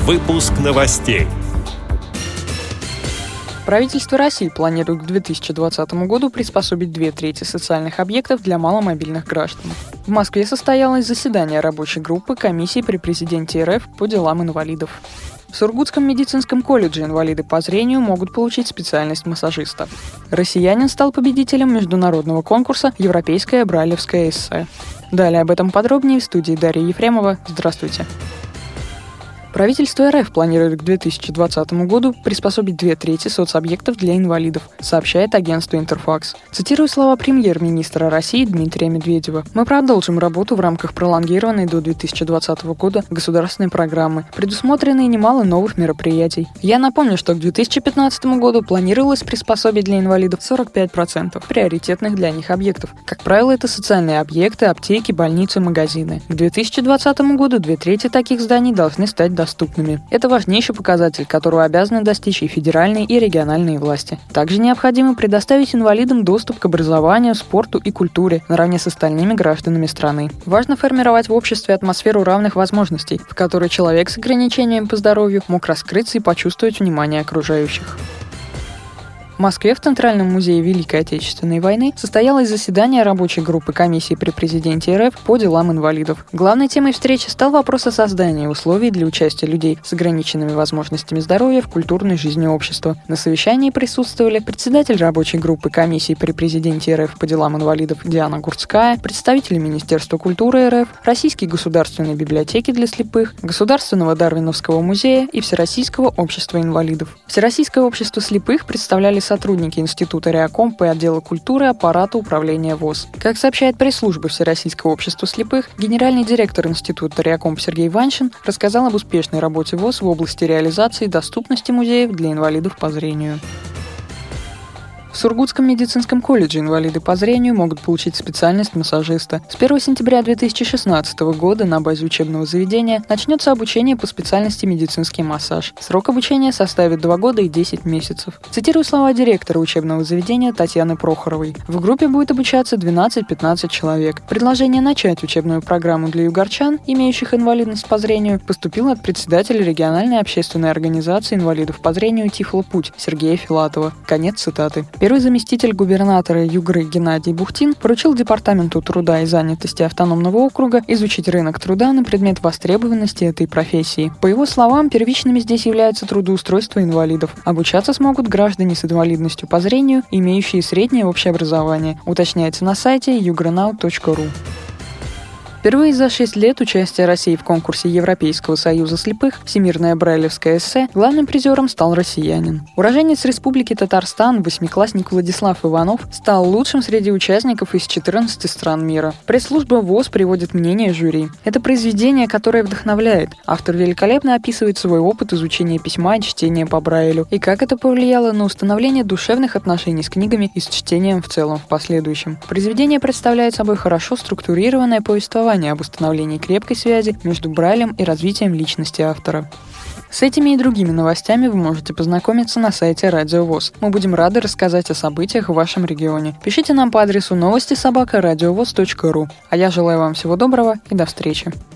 Выпуск новостей. Правительство России планирует к 2020 году приспособить 2/3 социальных объектов для маломобильных граждан. В Москве состоялось заседание рабочей группы комиссии при президенте РФ по делам инвалидов. В Сургутском медицинском колледже инвалиды по зрению могут получить специальность массажиста. Россиянин стал победителем международного конкурса «Европейское брайлевское эссе». Далее об этом подробнее в студии Дарья Ефремова. Здравствуйте. Правительство РФ планирует к 2020 году приспособить 2/3 соцобъектов для инвалидов, сообщает агентство «Интерфакс». Цитирую слова премьер-министра России Дмитрия Медведева. «Мы продолжим работу в рамках пролонгированной до 2020 года государственной программы. Предусмотрены немало новых мероприятий. Я напомню, что к 2015 году планировалось приспособить для инвалидов 45% приоритетных для них объектов. Как правило, это социальные объекты, аптеки, больницы, магазины. К 2020 году 2/3 таких зданий должны стать доступными. Это важнейший показатель, которого обязаны достичь и федеральные, и региональные власти. Также необходимо предоставить инвалидам доступ к образованию, спорту и культуре наравне с остальными гражданами страны. Важно формировать в обществе атмосферу равных возможностей, в которой человек с ограничением по здоровью мог раскрыться и почувствовать внимание окружающих. В Москве в Центральном музее Великой Отечественной войны состоялось заседание рабочей группы комиссии при президенте РФ по делам инвалидов. Главной темой встречи стал вопрос о создании условий для участия людей с ограниченными возможностями здоровья в культурной жизни общества. На совещании присутствовали председатель рабочей группы комиссии при президенте РФ по делам инвалидов Диана Гурцкая, представители Министерства культуры РФ, Российской государственной библиотеки для слепых, Государственного Дарвиновского музея и Всероссийского общества инвалидов. Всероссийское общество слепых представляли сотрудники Института Реакомп и отдела культуры аппарата управления ВОС. Как сообщает пресс-служба Всероссийского общества слепых, генеральный директор Института Реакомп Сергей Ваншин рассказал об успешной работе ВОС в области реализации доступности музеев для инвалидов по зрению. В Сургутском медицинском колледже инвалиды по зрению могут получить специальность массажиста. С 1 сентября 2016 года на базе учебного заведения начнется обучение по специальности медицинский массаж. Срок обучения составит 2 года и 10 месяцев. Цитирую слова директора учебного заведения Татьяны Прохоровой. В группе будет обучаться 12-15 человек. Предложение начать учебную программу для югорчан, имеющих инвалидность по зрению, поступило от председателя региональной общественной организации инвалидов по зрению «Тифлопуть» Сергея Филатова. Конец цитаты. Первый заместитель губернатора Югры Геннадий Бухтин поручил Департаменту труда и занятости автономного округа изучить рынок труда на предмет востребованности этой профессии. По его словам, первичными здесь является трудоустройство инвалидов. Обучаться смогут граждане с инвалидностью по зрению, имеющие среднее общее образование, уточняется на сайте yugranow.ru. Впервые за 6 лет участия России в конкурсе Европейского союза слепых «Всемирное брайлевское эссе» главным призером стал россиянин. Уроженец Республики Татарстан, восьмиклассник Владислав Иванов, стал лучшим среди участников из 14 стран мира. Пресс-служба ВОС приводит мнение жюри. Это произведение, которое вдохновляет. Автор великолепно описывает свой опыт изучения письма и чтения по Брайлю, и как это повлияло на установление душевных отношений с книгами и с чтением в целом в последующем. Произведение представляет собой хорошо структурированное повествование об установлении крепкой связи между Брайлем и развитием личности автора. С этими и другими новостями вы можете познакомиться на сайте Радио ВОС. Мы будем рады рассказать о событиях в вашем регионе. Пишите нам по адресу новости@радиовос.ру. А я желаю вам всего доброго и до встречи.